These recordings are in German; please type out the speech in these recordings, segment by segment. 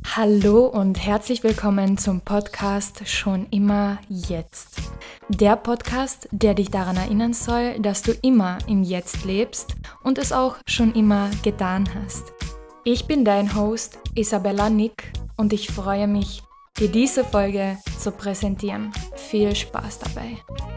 Hallo und herzlich willkommen zum Podcast Schon immer jetzt. Der Podcast, der dich daran erinnern soll, dass du immer im Jetzt lebst und es auch schon immer getan hast. Ich bin dein Host Isabella Nick und ich freue mich, dir diese Folge zu präsentieren. Viel Spaß dabei.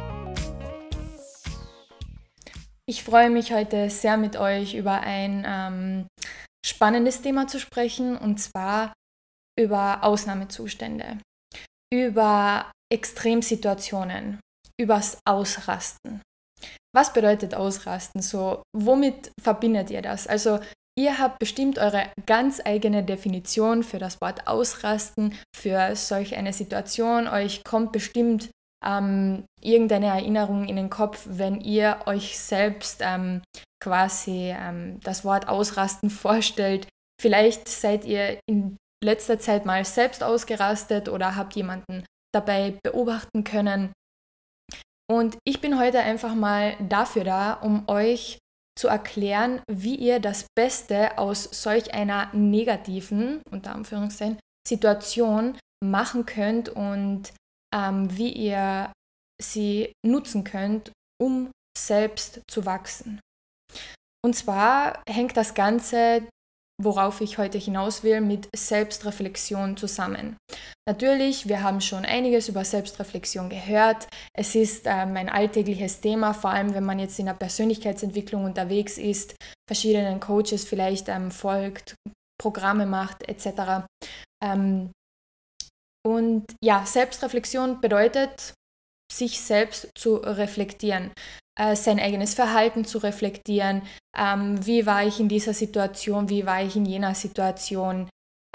Ich freue mich heute sehr mit euch über ein spannendes Thema zu sprechen, und zwar über Ausnahmezustände, über Extremsituationen, übers Ausrasten. Was bedeutet Ausrasten? So, womit verbindet ihr das? Also, ihr habt bestimmt eure ganz eigene Definition für das Wort Ausrasten, für solch eine Situation. Euch kommt bestimmt irgendeine Erinnerung in den Kopf, wenn ihr euch selbst quasi das Wort Ausrasten vorstellt. Vielleicht seid ihr in letzter Zeit mal selbst ausgerastet oder habt jemanden dabei beobachten können. Und ich bin heute einfach mal dafür da, um euch zu erklären, wie ihr das Beste aus solch einer negativen, unter Anführungszeichen, Situation machen könnt und wie ihr sie nutzen könnt, um selbst zu wachsen. Und zwar hängt das Ganze, worauf ich heute hinaus will, mit Selbstreflexion zusammen. Natürlich, wir haben schon einiges über Selbstreflexion gehört. Es ist ein alltägliches Thema, vor allem wenn man jetzt in der Persönlichkeitsentwicklung unterwegs ist, verschiedenen Coaches vielleicht folgt, Programme macht etc. Und ja, Selbstreflexion bedeutet, sich selbst zu reflektieren, sein eigenes Verhalten zu reflektieren. Wie war ich in dieser Situation, wie war ich in jener Situation,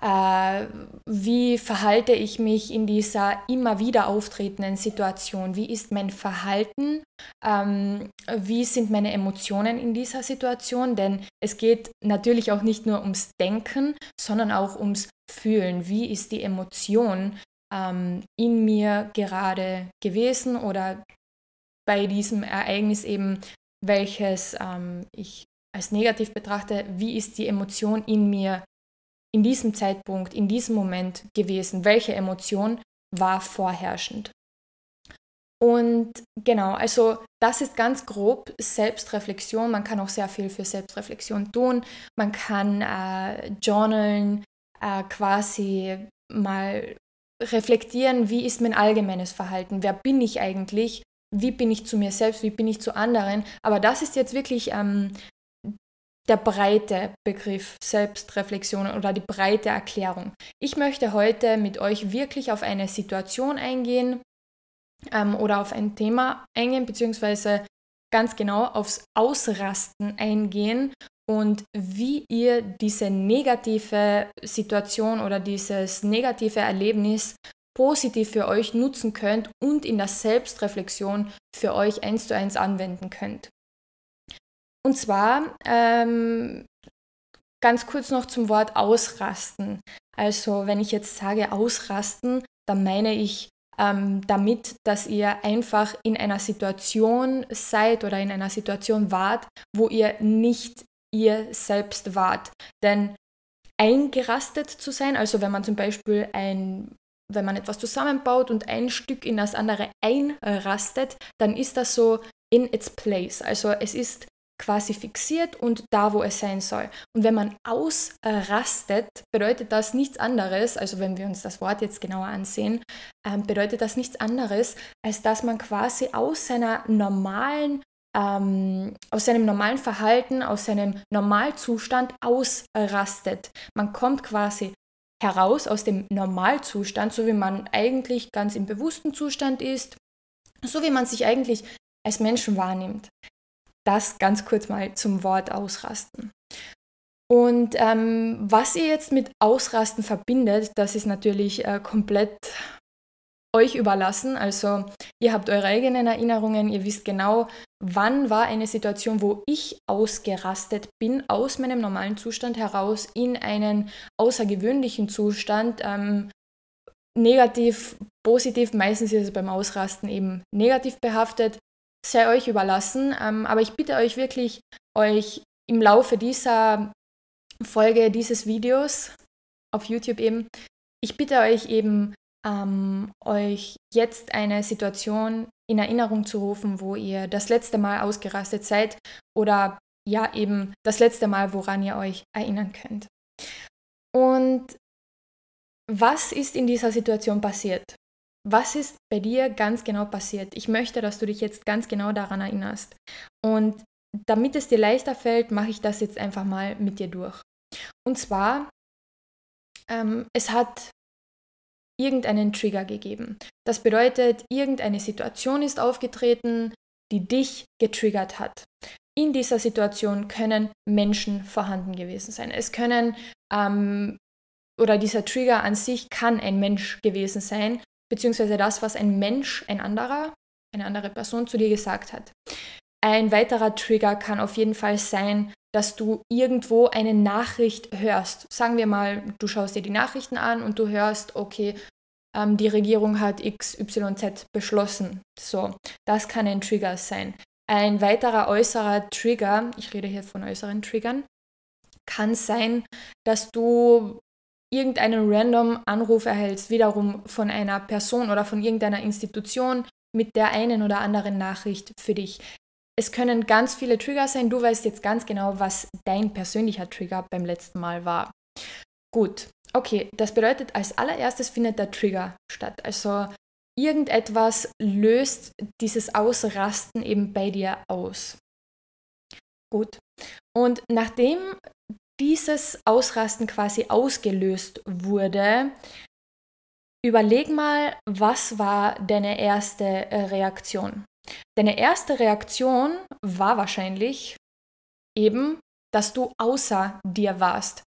wie verhalte ich mich in dieser immer wieder auftretenden Situation, wie ist mein Verhalten, wie sind meine Emotionen in dieser Situation, denn es geht natürlich auch nicht nur ums Denken, sondern auch ums Fühlen. Wie ist die Emotion in mir gerade gewesen oder bei diesem Ereignis eben, welches ich als negativ betrachte, wie ist die Emotion in mir in diesem Zeitpunkt, in diesem Moment gewesen? Welche Emotion war vorherrschend? Und genau, also das ist ganz grob Selbstreflexion. Man kann auch sehr viel für Selbstreflexion tun. Man kann journalen, quasi mal reflektieren, wie ist mein allgemeines Verhalten? Wer bin ich eigentlich? Wie bin ich zu mir selbst? Wie bin ich zu anderen? Aber das ist jetzt wirklich der breite Begriff Selbstreflexion oder die breite Erklärung. Ich möchte heute mit euch wirklich auf eine Situation eingehen oder auf ein Thema eingehen, beziehungsweise ganz genau aufs Ausrasten eingehen und wie ihr diese negative Situation oder dieses negative Erlebnis positiv für euch nutzen könnt und in der Selbstreflexion für euch 1:1 anwenden könnt. Und zwar ganz kurz noch zum Wort Ausrasten. Also wenn ich jetzt sage Ausrasten, dann meine ich damit, dass ihr einfach in einer Situation seid oder in einer Situation wart, wo ihr nicht ihr selbst wart. Denn eingerastet zu sein, also wenn man zum Beispiel wenn man etwas zusammenbaut und ein Stück in das andere einrastet, dann ist das so in its place. Also es ist quasi fixiert und da, wo es sein soll. Und wenn man ausrastet, bedeutet das nichts anderes, also wenn wir uns das Wort jetzt genauer ansehen, bedeutet das nichts anderes, als dass man quasi aus seinem normalen Verhalten, aus seinem Normalzustand ausrastet. Man kommt quasi heraus aus dem Normalzustand, so wie man eigentlich ganz im bewussten Zustand ist, so wie man sich eigentlich als Menschen wahrnimmt. Das ganz kurz mal zum Wort Ausrasten. Und was ihr jetzt mit Ausrasten verbindet, das ist natürlich komplett euch überlassen. Also ihr habt eure eigenen Erinnerungen, ihr wisst genau, wann war eine Situation, wo ich ausgerastet bin, aus meinem normalen Zustand heraus in einen außergewöhnlichen Zustand, negativ, positiv, meistens ist es beim Ausrasten eben negativ behaftet, sei euch überlassen, aber ich bitte euch wirklich, euch im Laufe dieser Folge, dieses Videos, auf YouTube eben, Ich bitte euch eben, euch jetzt eine Situation in Erinnerung zu rufen, wo ihr das letzte Mal ausgerastet seid oder ja eben das letzte Mal, woran ihr euch erinnern könnt. Und was ist in dieser Situation passiert? Was ist bei dir ganz genau passiert? Ich möchte, dass du dich jetzt ganz genau daran erinnerst. Und damit es dir leichter fällt, mache ich das jetzt einfach mal mit dir durch. Und zwar, es hat irgendeinen Trigger gegeben. Das bedeutet, irgendeine Situation ist aufgetreten, die dich getriggert hat. In dieser Situation können Menschen vorhanden gewesen sein. Es können, oder dieser Trigger an sich kann ein Mensch gewesen sein, beziehungsweise das, was ein Mensch, eine andere Person zu dir gesagt hat. Ein weiterer Trigger kann auf jeden Fall sein, dass du irgendwo eine Nachricht hörst. Sagen wir mal, du schaust dir die Nachrichten an und du hörst, okay, die Regierung hat XYZ beschlossen. So, das kann ein Trigger sein. Ein weiterer äußerer Trigger, ich rede hier von äußeren Triggern, kann sein, dass du irgendeinen random Anruf erhältst, wiederum von einer Person oder von irgendeiner Institution mit der einen oder anderen Nachricht für dich. Es können ganz viele Trigger sein. Du weißt jetzt ganz genau, was dein persönlicher Trigger beim letzten Mal war. Gut, okay, das bedeutet, als allererstes findet der Trigger statt. Also irgendetwas löst dieses Ausrasten eben bei dir aus. Gut, und nachdem dieses Ausrasten quasi ausgelöst wurde, überleg mal, was war deine erste Reaktion? Deine erste Reaktion war wahrscheinlich eben, dass du außer dir warst.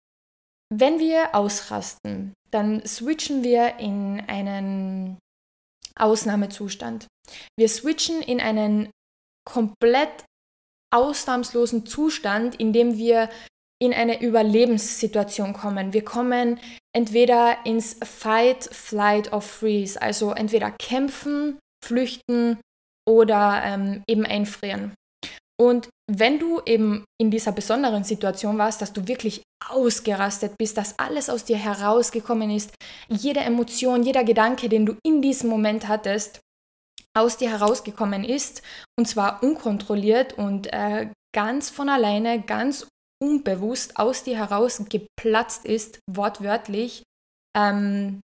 Wenn wir ausrasten, dann switchen wir in einen Ausnahmezustand. Wir switchen in einen komplett ausnahmslosen Zustand, in dem wir in eine Überlebenssituation kommen. Wir kommen entweder ins Fight, Flight or Freeze, also entweder kämpfen, flüchten oder eben einfrieren. Und wenn du eben in dieser besonderen Situation warst, dass du wirklich ausgerastet bist, dass alles aus dir herausgekommen ist, jede Emotion, jeder Gedanke, den du in diesem Moment hattest, aus dir herausgekommen ist, und zwar unkontrolliert und ganz von alleine, ganz unbewusst aus dir heraus geplatzt ist, wortwörtlich, dann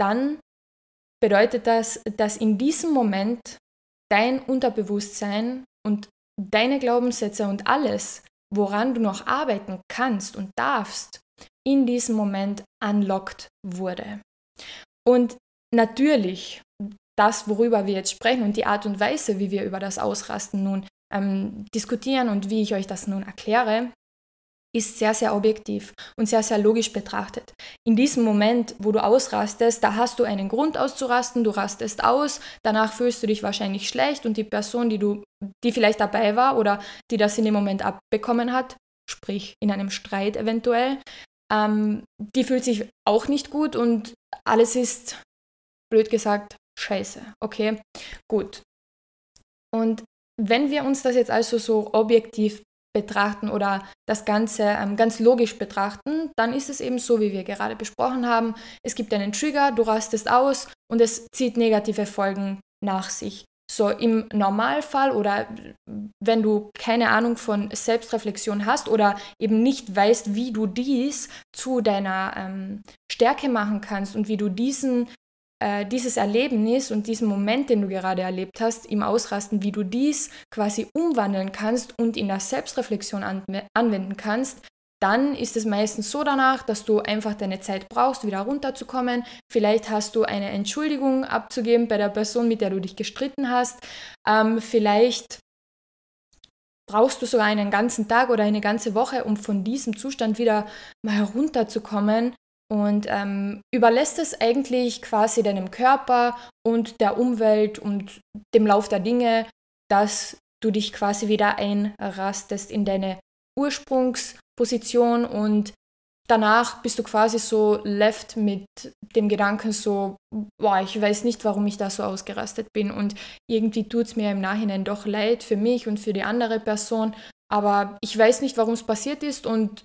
bedeutet das, dass in diesem Moment dein Unterbewusstsein und deine Glaubenssätze und alles, woran du noch arbeiten kannst und darfst, in diesem Moment unlocked wurde. Und natürlich, das, worüber wir jetzt sprechen und die Art und Weise, wie wir über das Ausrasten nun diskutieren und wie ich euch das nun erkläre, ist sehr, sehr objektiv und sehr, sehr logisch betrachtet. In diesem Moment, wo du ausrastest, da hast du einen Grund auszurasten, du rastest aus, danach fühlst du dich wahrscheinlich schlecht und die Person, die vielleicht dabei war oder die das in dem Moment abbekommen hat, sprich in einem Streit eventuell, die fühlt sich auch nicht gut und alles ist, blöd gesagt, scheiße. Okay, gut. Und wenn wir uns das jetzt also so objektiv betrachten oder das Ganze ganz logisch betrachten, dann ist es eben so, wie wir gerade besprochen haben. Es gibt einen Trigger, du rastest aus und es zieht negative Folgen nach sich. So im Normalfall oder wenn du keine Ahnung von Selbstreflexion hast oder eben nicht weißt, wie du dies zu deiner Stärke machen kannst und wie du dieses Erlebnis und diesen Moment, den du gerade erlebt hast, im Ausrasten, wie du dies quasi umwandeln kannst und in der Selbstreflexion anwenden kannst, dann ist es meistens so danach, dass du einfach deine Zeit brauchst, wieder runterzukommen. Vielleicht hast du eine Entschuldigung abzugeben bei der Person, mit der du dich gestritten hast. Vielleicht brauchst du sogar einen ganzen Tag oder eine ganze Woche, um von diesem Zustand wieder mal herunterzukommen. Und überlässt es eigentlich quasi deinem Körper und der Umwelt und dem Lauf der Dinge, dass du dich quasi wieder einrastest in deine Ursprungsposition und danach bist du quasi so left mit dem Gedanken so, boah, ich weiß nicht, warum ich da so ausgerastet bin und irgendwie tut es mir im Nachhinein doch leid für mich und für die andere Person, aber ich weiß nicht, warum es passiert ist und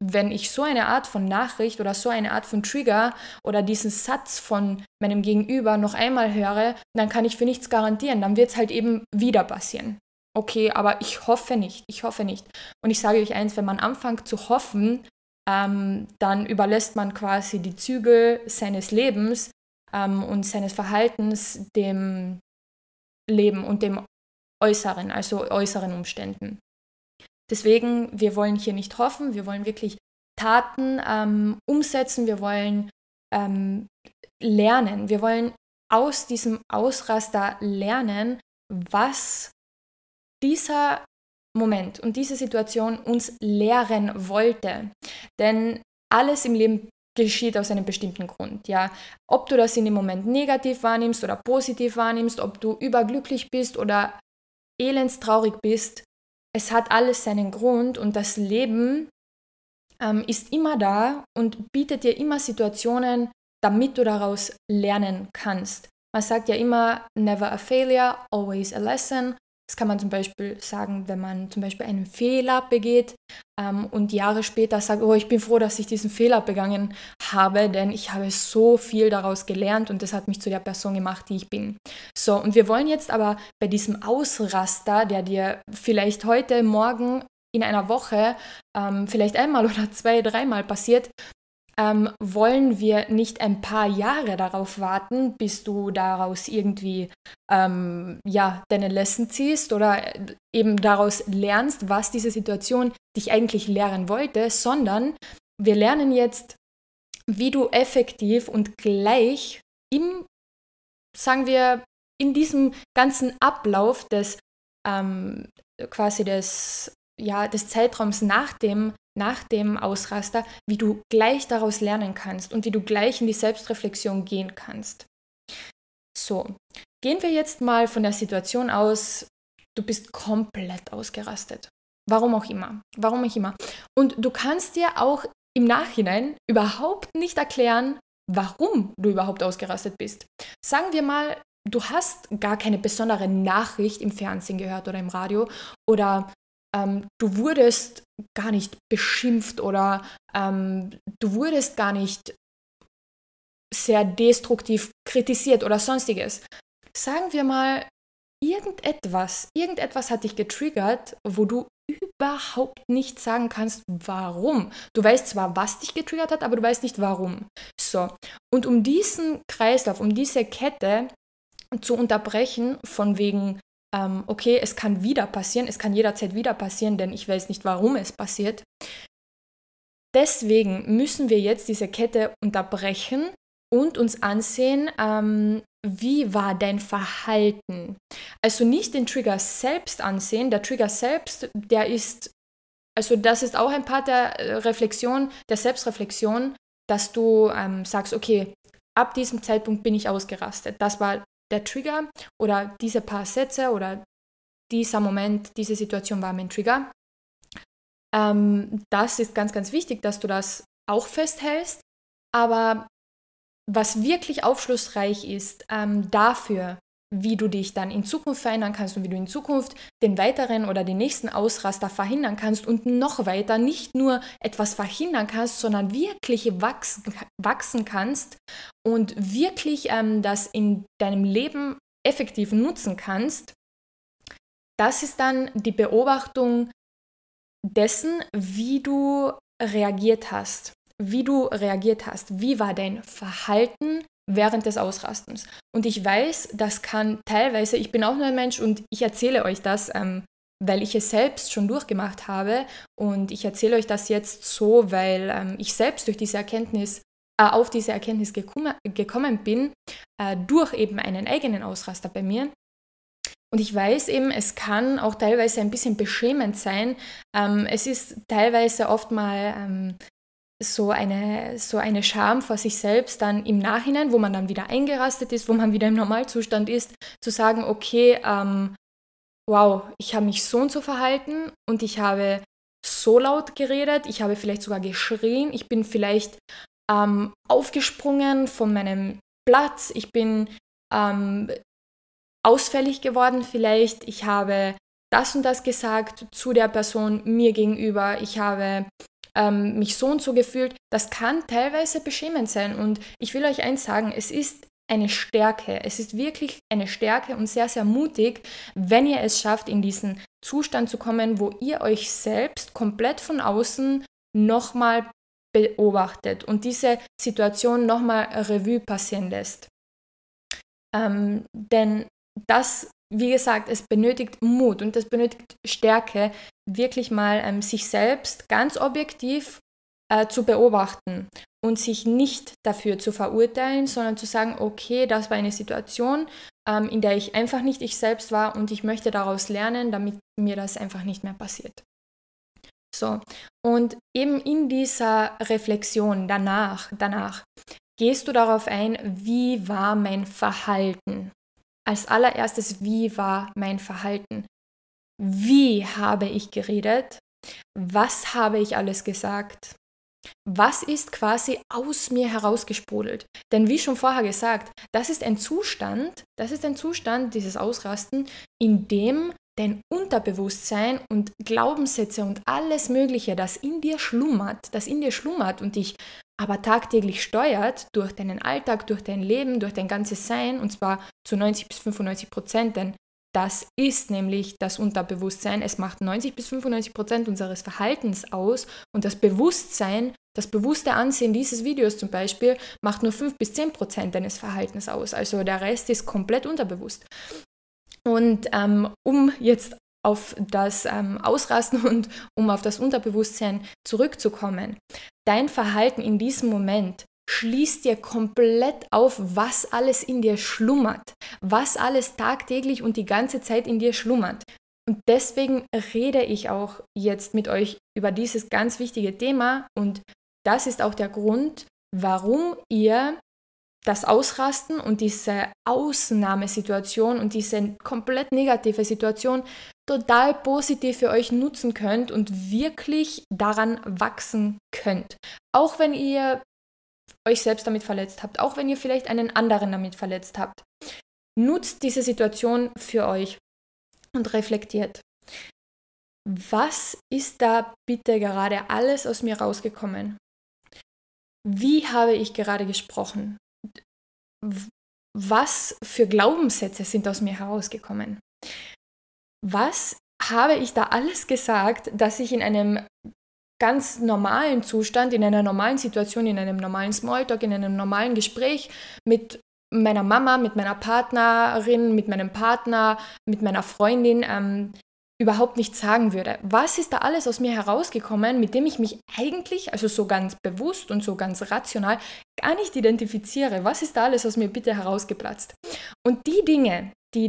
wenn ich so eine Art von Nachricht oder so eine Art von Trigger oder diesen Satz von meinem Gegenüber noch einmal höre, dann kann ich für nichts garantieren. Dann wird es halt eben wieder passieren. Okay, aber ich hoffe nicht. Und ich sage euch eins, wenn man anfängt zu hoffen, dann überlässt man quasi die Zügel seines Lebens und seines Verhaltens dem Leben und dem Äußeren, also äußeren Umständen. Deswegen, wir wollen hier nicht hoffen, wir wollen wirklich Taten umsetzen, wir wollen lernen, wir wollen aus diesem Ausraster lernen, was dieser Moment und diese Situation uns lehren wollte. Denn alles im Leben geschieht aus einem bestimmten Grund. Ja? Ob du das in dem Moment negativ wahrnimmst oder positiv wahrnimmst, ob du überglücklich bist oder elendstraurig bist, es hat alles seinen Grund und das Leben ist immer da und bietet dir immer Situationen, damit du daraus lernen kannst. Man sagt ja immer, never a failure, always a lesson. Das kann man zum Beispiel sagen, wenn man zum Beispiel einen Fehler begeht und Jahre später sagt, oh, ich bin froh, dass ich diesen Fehler begangen habe, denn ich habe so viel daraus gelernt und das hat mich zu der Person gemacht, die ich bin. So, und wir wollen jetzt aber bei diesem Ausraster, der dir vielleicht heute, morgen, in einer Woche vielleicht einmal oder 2, 3-mal passiert, wollen wir nicht ein paar Jahre darauf warten, bis du daraus irgendwie deine Lesson ziehst oder eben daraus lernst, was diese Situation dich eigentlich lehren wollte, sondern wir lernen jetzt, wie du effektiv und gleich sagen wir, in diesem ganzen Ablauf des des Zeitraums nach dem Ausraster, wie du gleich daraus lernen kannst und wie du gleich in die Selbstreflexion gehen kannst. So, gehen wir jetzt mal von der Situation aus, du bist komplett ausgerastet. Warum auch immer. Und du kannst dir auch im Nachhinein überhaupt nicht erklären, warum du überhaupt ausgerastet bist. Sagen wir mal, du hast gar keine besondere Nachricht im Fernsehen gehört oder im Radio oder du wurdest gar nicht beschimpft oder du wurdest gar nicht sehr destruktiv kritisiert oder sonstiges. Sagen wir mal, irgendetwas hat dich getriggert, wo du überhaupt nicht sagen kannst, warum. Du weißt zwar, was dich getriggert hat, aber du weißt nicht, warum. So, und um diesen Kreislauf, um diese Kette zu unterbrechen, von wegen, okay, es kann wieder passieren, es kann jederzeit wieder passieren, denn ich weiß nicht, warum es passiert. Deswegen müssen wir jetzt diese Kette unterbrechen und uns ansehen, wie war dein Verhalten. Also nicht den Trigger selbst ansehen, der Trigger selbst, das ist auch ein Part der Reflexion, der Selbstreflexion, dass du sagst, okay, ab diesem Zeitpunkt bin ich ausgerastet. Das war der Trigger oder diese paar Sätze oder dieser Moment, diese Situation war mein Trigger. Das ist ganz, ganz wichtig, dass du das auch festhältst. Aber was wirklich aufschlussreich ist dafür, wie du dich dann in Zukunft verändern kannst und wie du in Zukunft den weiteren oder den nächsten Ausraster verhindern kannst und noch weiter nicht nur etwas verhindern kannst, sondern wirklich wachsen kannst und wirklich das in deinem Leben effektiv nutzen kannst, das ist dann die Beobachtung dessen, wie du reagiert hast. Wie war dein Verhalten während des Ausrastens. Und ich weiß, das kann teilweise, ich bin auch nur ein Mensch und ich erzähle euch das, weil ich es selbst schon durchgemacht habe und ich erzähle euch das jetzt so, weil ich selbst durch diese Erkenntnis, auf diese Erkenntnis gekommen bin, durch eben einen eigenen Ausraster bei mir. Und ich weiß eben, es kann auch teilweise ein bisschen beschämend sein. Es ist teilweise oft mal so eine Scham vor sich selbst dann im Nachhinein, wo man dann wieder eingerastet ist, wo man wieder im Normalzustand ist, zu sagen, okay, wow, ich habe mich so und so verhalten und ich habe so laut geredet, ich habe vielleicht sogar geschrien, ich bin vielleicht aufgesprungen von meinem Platz, ich bin ausfällig geworden vielleicht, ich habe das und das gesagt zu der Person mir gegenüber, ich habe mich so und so gefühlt. Das kann teilweise beschämend sein und ich will euch eins sagen, es ist eine Stärke. Es ist wirklich eine Stärke und sehr, sehr mutig, wenn ihr es schafft, in diesen Zustand zu kommen, wo ihr euch selbst komplett von außen nochmal beobachtet und diese Situation nochmal Revue passieren lässt. Denn das, wie gesagt, es benötigt Mut und es benötigt Stärke, wirklich mal sich selbst ganz objektiv zu beobachten und sich nicht dafür zu verurteilen, sondern zu sagen, okay, das war eine Situation, in der ich einfach nicht ich selbst war und ich möchte daraus lernen, damit mir das einfach nicht mehr passiert. So, und eben in dieser Reflexion danach gehst du darauf ein, wie war mein Verhalten? Als allererstes, wie war mein Verhalten? Wie habe ich geredet? Was habe ich alles gesagt? Was ist quasi aus mir herausgesprudelt? Denn wie schon vorher gesagt, das ist ein Zustand, dieses Ausrasten, in dem dein Unterbewusstsein und Glaubenssätze und alles Mögliche, das in dir schlummert und dich aber tagtäglich steuert durch deinen Alltag, durch dein Leben, durch dein ganzes Sein, und zwar zu 90-95%, denn das ist nämlich das Unterbewusstsein. Es macht 90-95% unseres Verhaltens aus und das Bewusstsein, das bewusste Ansehen dieses Videos zum Beispiel, macht nur 5-10% deines Verhaltens aus. Also der Rest ist komplett unterbewusst. Und um jetzt auf das Ausrasten und um auf das Unterbewusstsein zurückzukommen, dein Verhalten in diesem Moment schließt dir komplett auf, was alles in dir schlummert, was alles tagtäglich und die ganze Zeit in dir schlummert. Und deswegen rede ich auch jetzt mit euch über dieses ganz wichtige Thema und das ist auch der Grund, warum ihr das Ausrasten und diese Ausnahmesituation und diese komplett negative Situation total positiv für euch nutzen könnt und wirklich daran wachsen könnt. Auch wenn ihr euch selbst damit verletzt habt, auch wenn ihr vielleicht einen anderen damit verletzt habt. Nutzt diese Situation für euch und reflektiert. Was ist da bitte gerade alles aus mir rausgekommen? Wie habe ich gerade gesprochen? Was für Glaubenssätze sind aus mir herausgekommen? Was habe ich da alles gesagt, dass ich in einem ganz normalen Zustand, in einer normalen Situation, in einem normalen Smalltalk, in einem normalen Gespräch mit meiner Mama, mit meiner Partnerin, mit meinem Partner, mit meiner Freundin überhaupt nicht sagen würde. Was ist da alles aus mir herausgekommen, mit dem ich mich eigentlich, also so ganz bewusst und so ganz rational, gar nicht identifiziere? Was ist da alles aus mir bitte herausgeplatzt? Und die Dinge,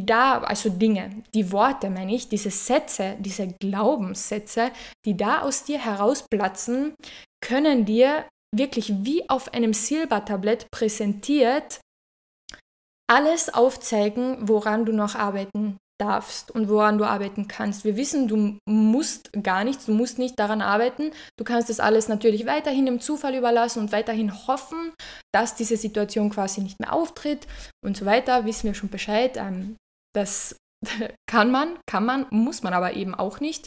die Worte meine ich, diese Sätze, diese Glaubenssätze, die da aus dir herausplatzen, können dir wirklich wie auf einem Silbertablett präsentiert alles aufzeigen, woran du noch arbeiten darfst und woran du arbeiten kannst. Wir wissen, du musst nicht daran arbeiten. Du kannst das alles natürlich weiterhin dem Zufall überlassen und weiterhin hoffen, dass diese Situation quasi nicht mehr auftritt und so weiter. Wissen wir schon Bescheid. Das kann man, muss man aber eben auch nicht.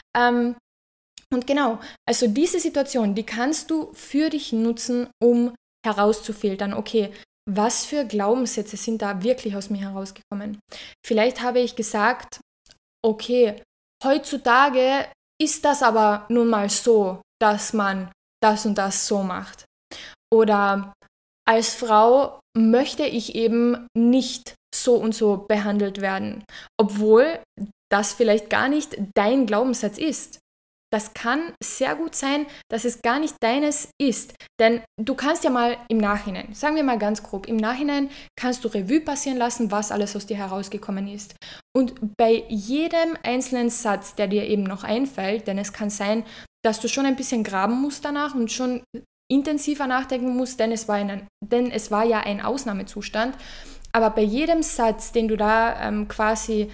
Und genau, also diese Situation, die kannst du für dich nutzen, um herauszufiltern, okay, was für Glaubenssätze sind da wirklich aus mir herausgekommen? Vielleicht habe ich gesagt, okay, heutzutage ist das aber nun mal so, dass man das und das so macht. Oder als Frau möchte ich eben nicht so und so behandelt werden, obwohl das vielleicht gar nicht dein Glaubenssatz ist. Das kann sehr gut sein, dass es gar nicht deines ist. Denn du kannst ja mal im Nachhinein, sagen wir mal ganz grob, im Nachhinein kannst du Revue passieren lassen, was alles aus dir herausgekommen ist. Und bei jedem einzelnen Satz, der dir eben noch einfällt, denn es kann sein, dass du schon ein bisschen graben musst danach und schon intensiver nachdenken musst, denn es war ja ein Ausnahmezustand. Aber bei jedem Satz, den du da quasi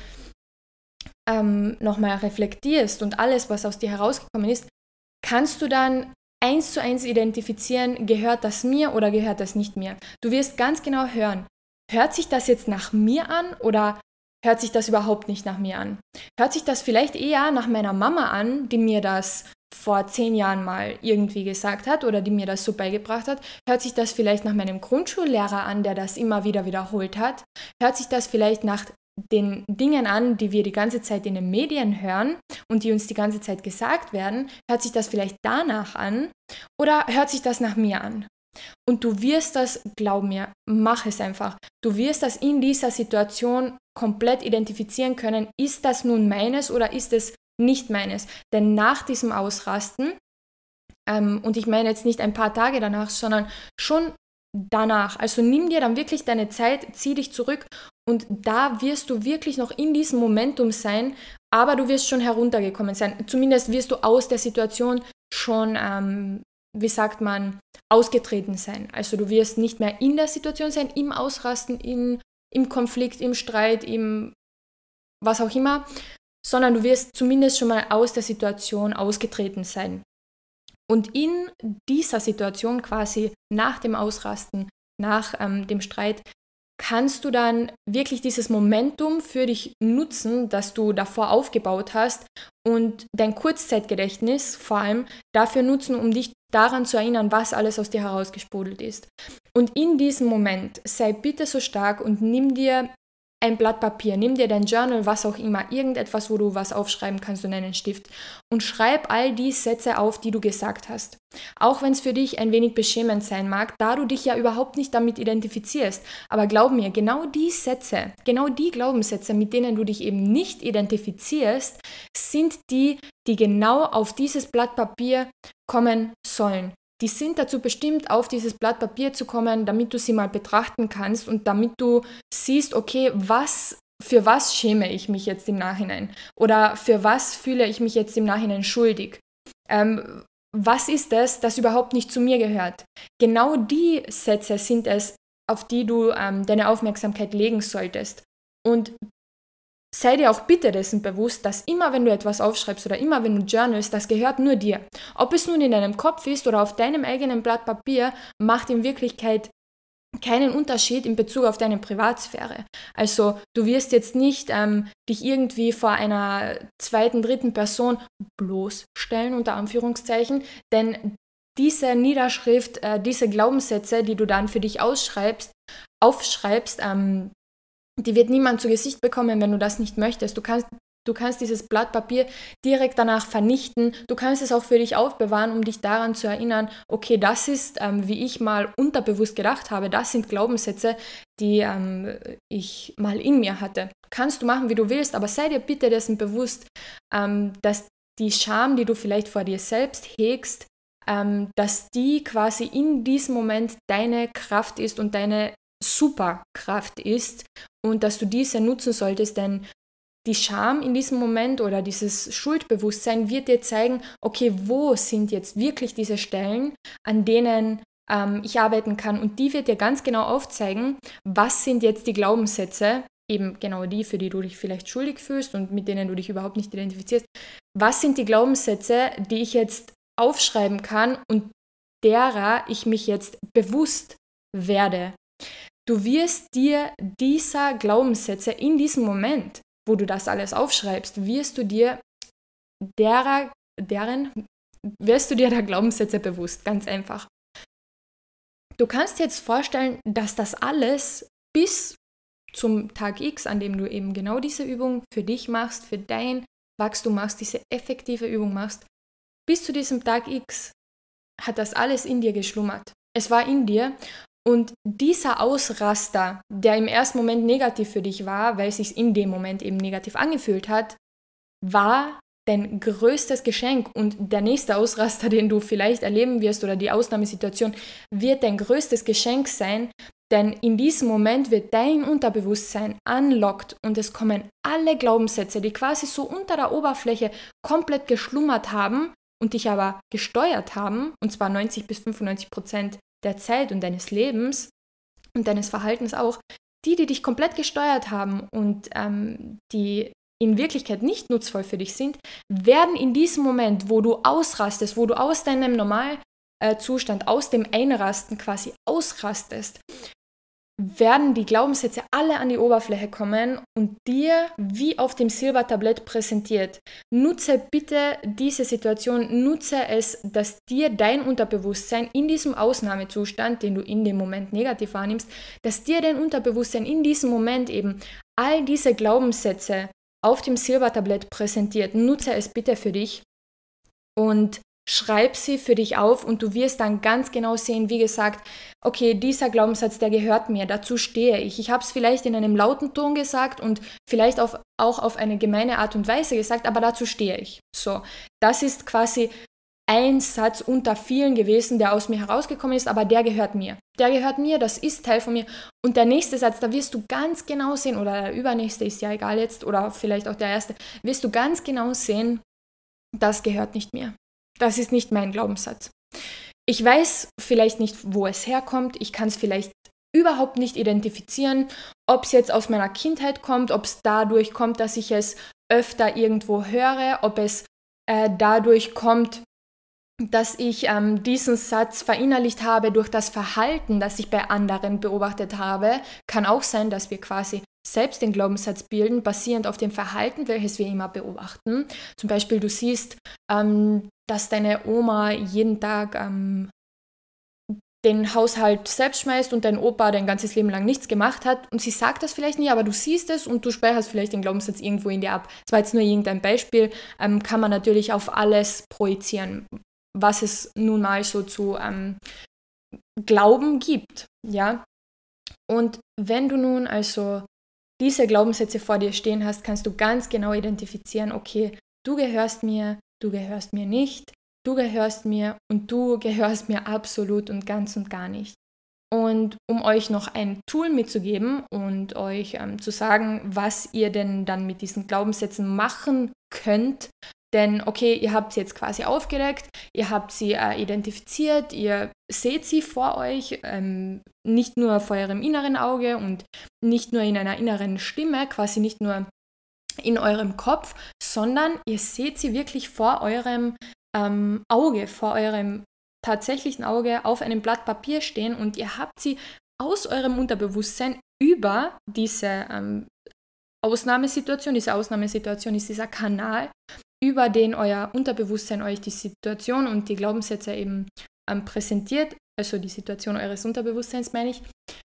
nochmal reflektierst und alles, was aus dir herausgekommen ist, kannst du dann 1:1 identifizieren, gehört das mir oder gehört das nicht mir. Du wirst ganz genau hören, hört sich das jetzt nach mir an oder hört sich das überhaupt nicht nach mir an? Hört sich das vielleicht eher nach meiner Mama an, die mir das vor 10 Jahren mal irgendwie gesagt hat oder die mir das so beigebracht hat? Hört sich das vielleicht nach meinem Grundschullehrer an, der das immer wieder wiederholt hat? Hört sich das vielleicht nach den Dingen an, die wir die ganze Zeit in den Medien hören und die uns die ganze Zeit gesagt werden? Hört sich das vielleicht danach an oder hört sich das nach mir an? Und du wirst das, glaub mir, mach es einfach. Du wirst das in dieser Situation komplett identifizieren können. Ist das nun meines oder ist es nicht meines? Denn nach diesem Ausrasten, und ich meine jetzt nicht ein paar Tage danach, sondern schon danach, also nimm dir dann wirklich deine Zeit, zieh dich zurück und da wirst du wirklich noch in diesem Momentum sein, aber du wirst schon heruntergekommen sein. Zumindest wirst du aus der Situation schon, wie sagt man, ausgetreten sein. Also du wirst nicht mehr in der Situation sein, im Ausrasten, im Konflikt, im Streit, im was auch immer, sondern du wirst zumindest schon mal aus der Situation ausgetreten sein. Und in dieser Situation quasi nach dem Ausrasten, nach dem Streit, kannst du dann wirklich dieses Momentum für dich nutzen, das du davor aufgebaut hast und dein Kurzzeitgedächtnis vor allem dafür nutzen, um dich daran zu erinnern, was alles aus dir herausgesprudelt ist. Und in diesem Moment sei bitte so stark und nimm dir ein Blatt Papier, nimm dir dein Journal, was auch immer, irgendetwas, wo du was aufschreiben kannst und einen Stift und schreib all die Sätze auf, die du gesagt hast. Auch wenn es für dich ein wenig beschämend sein mag, da du dich ja überhaupt nicht damit identifizierst. Aber glaub mir, genau die Sätze, genau die Glaubenssätze, mit denen du dich eben nicht identifizierst, sind die, die genau auf dieses Blatt Papier kommen sollen. Die sind dazu bestimmt, auf dieses Blatt Papier zu kommen, damit du sie mal betrachten kannst und damit du siehst, okay, für was schäme ich mich jetzt im Nachhinein? Oder für was fühle ich mich jetzt im Nachhinein schuldig? Was ist es, das überhaupt nicht zu mir gehört? Genau die Sätze sind es, auf die du deine Aufmerksamkeit legen solltest. Und sei dir auch bitte dessen bewusst, dass immer, wenn du etwas aufschreibst oder immer, wenn du journalst, das gehört nur dir. Ob es nun in deinem Kopf ist oder auf deinem eigenen Blatt Papier, macht in Wirklichkeit keinen Unterschied in Bezug auf deine Privatsphäre. Also du wirst jetzt nicht dich irgendwie vor einer zweiten, dritten Person bloßstellen, unter Anführungszeichen, denn diese Niederschrift, diese Glaubenssätze, die du dann für dich aufschreibst, die wird niemand zu Gesicht bekommen, wenn du das nicht möchtest. Du kannst dieses Blatt Papier direkt danach vernichten. Du kannst es auch für dich aufbewahren, um dich daran zu erinnern, okay, das ist, wie ich mal unterbewusst gedacht habe, das sind Glaubenssätze, die ich mal in mir hatte. Kannst du machen, wie du willst, aber sei dir bitte dessen bewusst, dass die Scham, die du vielleicht vor dir selbst hegst, dass die quasi in diesem Moment deine Kraft ist und deine Superkraft ist und dass du diese nutzen solltest, denn die Scham in diesem Moment oder dieses Schuldbewusstsein wird dir zeigen, okay, wo sind jetzt wirklich diese Stellen, an denen ich arbeiten kann, und die wird dir ganz genau aufzeigen, was sind jetzt die Glaubenssätze, eben genau die, für die du dich vielleicht schuldig fühlst und mit denen du dich überhaupt nicht identifizierst, was sind die Glaubenssätze, die ich jetzt aufschreiben kann und derer ich mich jetzt bewusst werde. Du wirst dir dieser Glaubenssätze in diesem Moment, wo du das alles aufschreibst, wirst du dir der Glaubenssätze bewusst, ganz einfach. Du kannst dir jetzt vorstellen, dass das alles bis zum Tag X, an dem du eben genau diese Übung für dich machst, für dein Wachstum machst, diese effektive Übung machst, bis zu diesem Tag X hat das alles in dir geschlummert. Es war in dir. Und dieser Ausraster, der im ersten Moment negativ für dich war, weil es sich in dem Moment eben negativ angefühlt hat, war dein größtes Geschenk. Und der nächste Ausraster, den du vielleicht erleben wirst, oder die Ausnahmesituation, wird dein größtes Geschenk sein, denn in diesem Moment wird dein Unterbewusstsein unlocked und es kommen alle Glaubenssätze, die quasi so unter der Oberfläche komplett geschlummert haben und dich aber gesteuert haben, und zwar 90-95% der Zeit und deines Lebens und deines Verhaltens auch, die dich komplett gesteuert haben und die in Wirklichkeit nicht nutzvoll für dich sind, werden in diesem Moment, wo du ausrastest, wo du aus deinem Normalzustand, aus dem Einrasten quasi ausrastest, werden die Glaubenssätze alle an die Oberfläche kommen und dir wie auf dem Silbertablett präsentiert. Nutze bitte diese Situation, nutze es, dass dir dein Unterbewusstsein in diesem Ausnahmezustand, den du in dem Moment negativ wahrnimmst, dass dir dein Unterbewusstsein in diesem Moment eben all diese Glaubenssätze auf dem Silbertablett präsentiert. Nutze es bitte für dich und schreib sie für dich auf und du wirst dann ganz genau sehen, wie gesagt, okay, dieser Glaubenssatz, der gehört mir, dazu stehe ich. Ich habe es vielleicht in einem lauten Ton gesagt und vielleicht auch auf eine gemeine Art und Weise gesagt, aber dazu stehe ich. So, das ist quasi ein Satz unter vielen gewesen, der aus mir herausgekommen ist, aber der gehört mir. Der gehört mir, das ist Teil von mir. Und der nächste Satz, da wirst du ganz genau sehen, oder der übernächste ist ja egal jetzt, oder vielleicht auch der erste, wirst du ganz genau sehen, das gehört nicht mir. Das ist nicht mein Glaubenssatz. Ich weiß vielleicht nicht, wo es herkommt. Ich kann es vielleicht überhaupt nicht identifizieren, ob es jetzt aus meiner Kindheit kommt, ob es dadurch kommt, dass ich es öfter irgendwo höre, ob es dadurch kommt, dass ich diesen Satz verinnerlicht habe durch das Verhalten, das ich bei anderen beobachtet habe. Kann auch sein, dass wir quasi selbst den Glaubenssatz bilden, basierend auf dem Verhalten, welches wir immer beobachten. Zum Beispiel, du siehst, dass deine Oma jeden Tag den Haushalt selbst schmeißt und dein Opa dein ganzes Leben lang nichts gemacht hat. Und sie sagt das vielleicht nie, aber du siehst es und du speicherst vielleicht den Glaubenssatz irgendwo in dir ab. Das war jetzt nur irgendein Beispiel, kann man natürlich auf alles projizieren, was es nun mal so zu Glauben gibt. Ja? Und wenn du nun also diese Glaubenssätze vor dir stehen hast, kannst du ganz genau identifizieren, okay, du gehörst mir nicht, du gehörst mir und du gehörst mir absolut und ganz und gar nicht. Und um euch noch ein Tool mitzugeben und euch zu sagen, was ihr denn dann mit diesen Glaubenssätzen machen könnt, denn okay, ihr habt sie jetzt quasi aufgedeckt, ihr habt sie identifiziert, ihr seht sie vor euch, nicht nur vor eurem inneren Auge und nicht nur in einer inneren Stimme, quasi nicht nur in eurem Kopf, sondern ihr seht sie wirklich vor eurem Auge, vor eurem tatsächlichen Auge auf einem Blatt Papier stehen und ihr habt sie aus eurem Unterbewusstsein über diese Ausnahmesituation. Diese Ausnahmesituation ist dieser Kanal, über den euer Unterbewusstsein euch die Situation und die Glaubenssätze eben präsentiert, also die Situation eures Unterbewusstseins meine ich.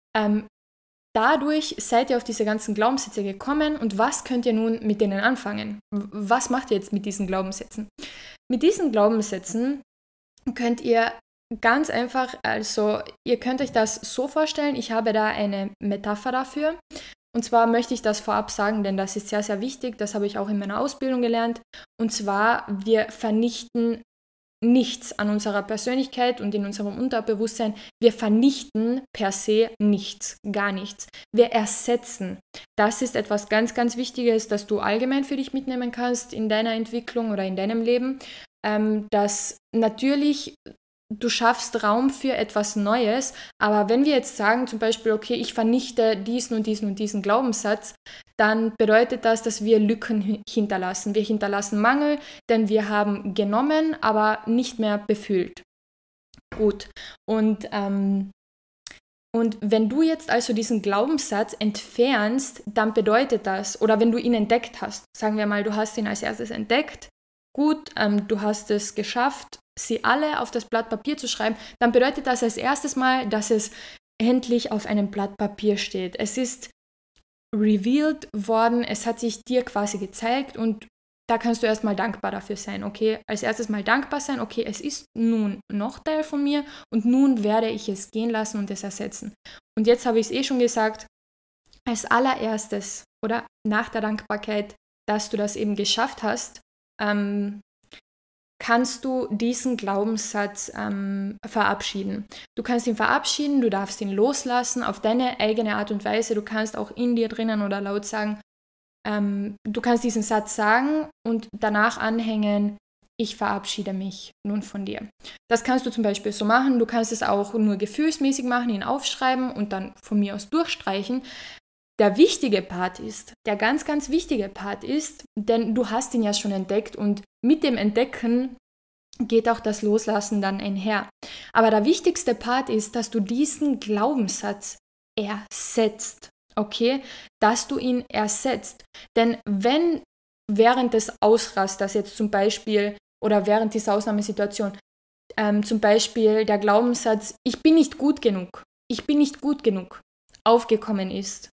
Dadurch seid ihr auf diese ganzen Glaubenssätze gekommen und was könnt ihr nun mit denen anfangen? Was macht ihr jetzt mit diesen Glaubenssätzen? Mit diesen Glaubenssätzen könnt ihr ganz einfach, also ihr könnt euch das so vorstellen, ich habe da eine Metapher dafür. Und zwar möchte ich das vorab sagen, denn das ist sehr, sehr wichtig, das habe ich auch in meiner Ausbildung gelernt. Und zwar, wir vernichten nichts an unserer Persönlichkeit und in unserem Unterbewusstsein. Wir vernichten per se nichts, gar nichts. Wir ersetzen. Das ist etwas ganz, ganz Wichtiges, das du allgemein für dich mitnehmen kannst in deiner Entwicklung oder in deinem Leben, dass natürlich du schaffst Raum für etwas Neues, aber wenn wir jetzt sagen zum Beispiel, okay, ich vernichte diesen und diesen und diesen Glaubenssatz, dann bedeutet das, dass wir Lücken hinterlassen. Wir hinterlassen Mangel, denn wir haben genommen, aber nicht mehr befüllt. Gut, und wenn du jetzt also diesen Glaubenssatz entfernst, dann bedeutet das, oder wenn du ihn entdeckt hast, sagen wir mal, du hast ihn als erstes entdeckt, gut, du hast es geschafft, sie alle auf das Blatt Papier zu schreiben, dann bedeutet das als erstes Mal, dass es endlich auf einem Blatt Papier steht. Es ist revealed worden, es hat sich dir quasi gezeigt und da kannst du erstmal dankbar dafür sein, okay? Als erstes mal dankbar sein, okay, es ist nun noch Teil von mir und nun werde ich es gehen lassen und es ersetzen. Und jetzt habe ich es schon gesagt, als allererstes oder nach der Dankbarkeit, dass du das eben geschafft hast, kannst du diesen Glaubenssatz verabschieden. Du kannst ihn verabschieden, du darfst ihn loslassen auf deine eigene Art und Weise. Du kannst auch in dir drinnen oder laut sagen, du kannst diesen Satz sagen und danach anhängen, ich verabschiede mich nun von dir. Das kannst du zum Beispiel so machen. Du kannst es auch nur gefühlsmäßig machen, ihn aufschreiben und dann von mir aus durchstreichen. Der wichtige Part ist, der ganz, ganz wichtige Part ist, denn du hast ihn ja schon entdeckt und mit dem Entdecken geht auch das Loslassen dann einher. Aber der wichtigste Part ist, dass du diesen Glaubenssatz ersetzt. Okay? Dass du ihn ersetzt. Denn wenn während des Ausrasters jetzt zum Beispiel oder während dieser Ausnahmesituation zum Beispiel der Glaubenssatz, ich bin nicht gut genug aufgekommen ist,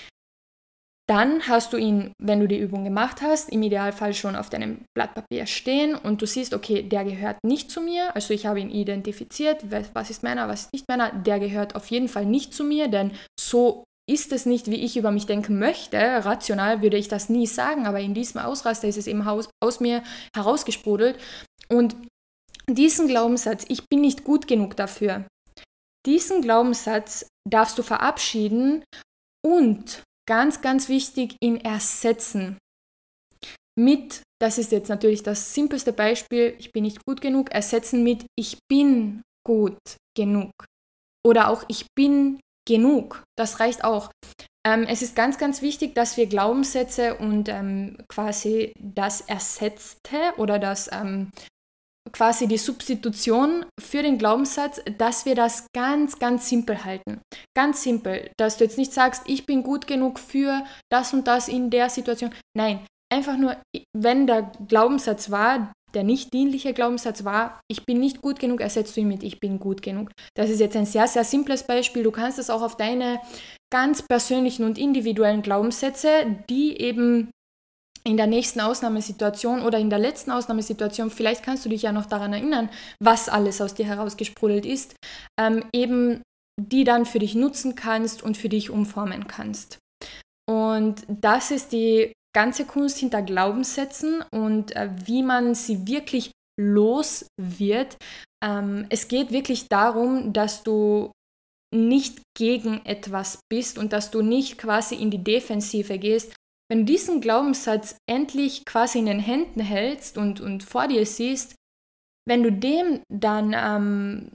dann hast du ihn, wenn du die Übung gemacht hast, im Idealfall schon auf deinem Blatt Papier stehen und du siehst, okay, der gehört nicht zu mir, also ich habe ihn identifiziert, was ist meiner, was ist nicht meiner, der gehört auf jeden Fall nicht zu mir, denn so ist es nicht, wie ich über mich denken möchte. Rational würde ich das nie sagen, aber in diesem Ausraster ist es eben aus mir herausgesprudelt. Und diesen Glaubenssatz, ich bin nicht gut genug dafür, diesen Glaubenssatz darfst du verabschieden und ganz, ganz wichtig, ihn ersetzen mit, das ist jetzt natürlich das simpelste Beispiel, ich bin nicht gut genug, ersetzen mit, ich bin gut genug. Oder auch, ich bin genug. Das reicht auch. Es ist ganz, ganz wichtig, dass wir Glaubenssätze und quasi das Ersetzte oder das quasi die Substitution für den Glaubenssatz, dass wir das ganz, ganz simpel halten. Ganz simpel, dass du jetzt nicht sagst, ich bin gut genug für das und das in der Situation. Nein, einfach nur, wenn der Glaubenssatz war, der nicht dienliche Glaubenssatz war, ich bin nicht gut genug, ersetzt du ihn mit ich bin gut genug. Das ist jetzt ein sehr, sehr simples Beispiel. Du kannst es auch auf deine ganz persönlichen und individuellen Glaubenssätze, die eben in der nächsten Ausnahmesituation oder in der letzten Ausnahmesituation, vielleicht kannst du dich ja noch daran erinnern, was alles aus dir herausgesprudelt ist, eben die dann für dich nutzen kannst und für dich umformen kannst. Und das ist die ganze Kunst hinter Glaubenssätzen und wie man sie wirklich los wird. Es geht wirklich darum, dass du nicht gegen etwas bist und dass du nicht quasi in die Defensive gehst. Wenn du diesen Glaubenssatz endlich quasi in den Händen hältst und vor dir siehst, wenn du dem dann,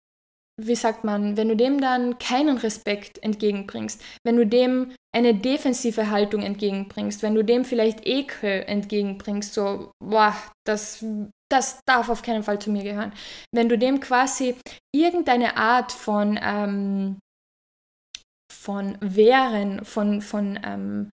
wenn du dem dann keinen Respekt entgegenbringst, wenn du dem eine defensive Haltung entgegenbringst, wenn du dem vielleicht Ekel entgegenbringst, so, boah, das darf auf keinen Fall zu mir gehören. Wenn du dem quasi irgendeine Art von Wehren, von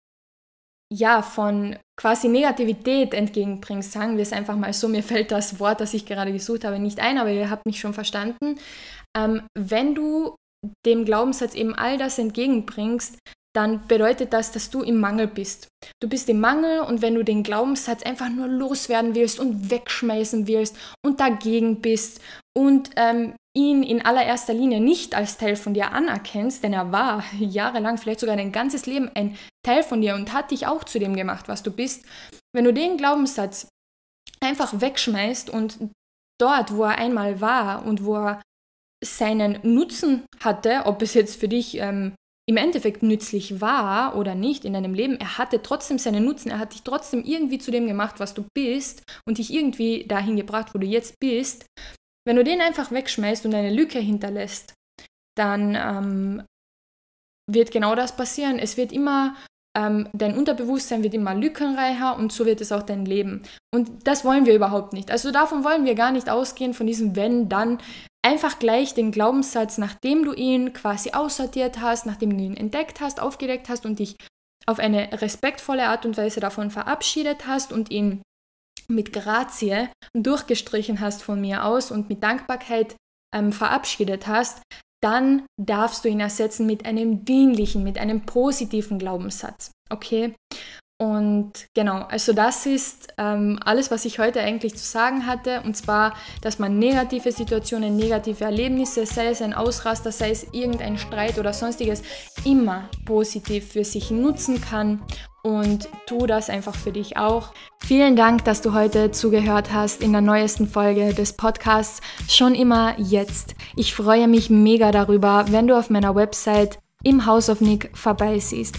quasi Negativität entgegenbringst, sagen wir es einfach mal so, mir fällt das Wort, das ich gerade gesucht habe, nicht ein, aber ihr habt mich schon verstanden. Wenn du dem Glaubenssatz eben all das entgegenbringst, dann bedeutet das, dass du im Mangel bist. Du bist im Mangel und wenn du den Glaubenssatz einfach nur loswerden willst und wegschmeißen willst und dagegen bist und ihn in allererster Linie nicht als Teil von dir anerkennst, denn er war jahrelang, vielleicht sogar dein ganzes Leben ein Teil von dir und hat dich auch zu dem gemacht, was du bist. Wenn du den Glaubenssatz einfach wegschmeißt und dort, wo er einmal war und wo er seinen Nutzen hatte, ob es jetzt für dich im Endeffekt nützlich war oder nicht in deinem Leben, er hatte trotzdem seinen Nutzen, er hat dich trotzdem irgendwie zu dem gemacht, was du bist und dich irgendwie dahin gebracht, wo du jetzt bist. Wenn du den einfach wegschmeißt und eine Lücke hinterlässt, dann wird genau das passieren. Es wird immer, dein Unterbewusstsein wird immer lückenreicher und so wird es auch dein Leben. Und das wollen wir überhaupt nicht. Also davon wollen wir gar nicht ausgehen, von diesem Wenn, dann. Einfach gleich den Glaubenssatz, nachdem du ihn quasi aussortiert hast, nachdem du ihn entdeckt hast, aufgedeckt hast und dich auf eine respektvolle Art und Weise davon verabschiedet hast und ihn mit Grazie durchgestrichen hast von mir aus und mit Dankbarkeit verabschiedet hast, dann darfst du ihn ersetzen mit einem dienlichen, mit einem positiven Glaubenssatz. Okay? Und genau, also das ist alles, was ich heute eigentlich zu sagen hatte. Und zwar, dass man negative Situationen, negative Erlebnisse, sei es ein Ausraster, sei es irgendein Streit oder sonstiges, immer positiv für sich nutzen kann. Und tu das einfach für dich auch. Vielen Dank, dass du heute zugehört hast in der neuesten Folge des Podcasts Schon immer jetzt. Ich freue mich mega darüber, wenn du auf meiner Website im House of Nick vorbeisiehst.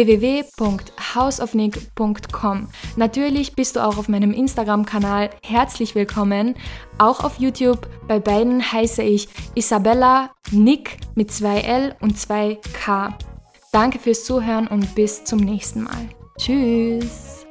www.houseofnick.com. Natürlich bist du auch auf meinem Instagram-Kanal herzlich willkommen. Auch auf YouTube. Bei beiden heiße ich Isabella Nick mit 2 L und 2 K. Danke fürs Zuhören und bis zum nächsten Mal. Tschüss!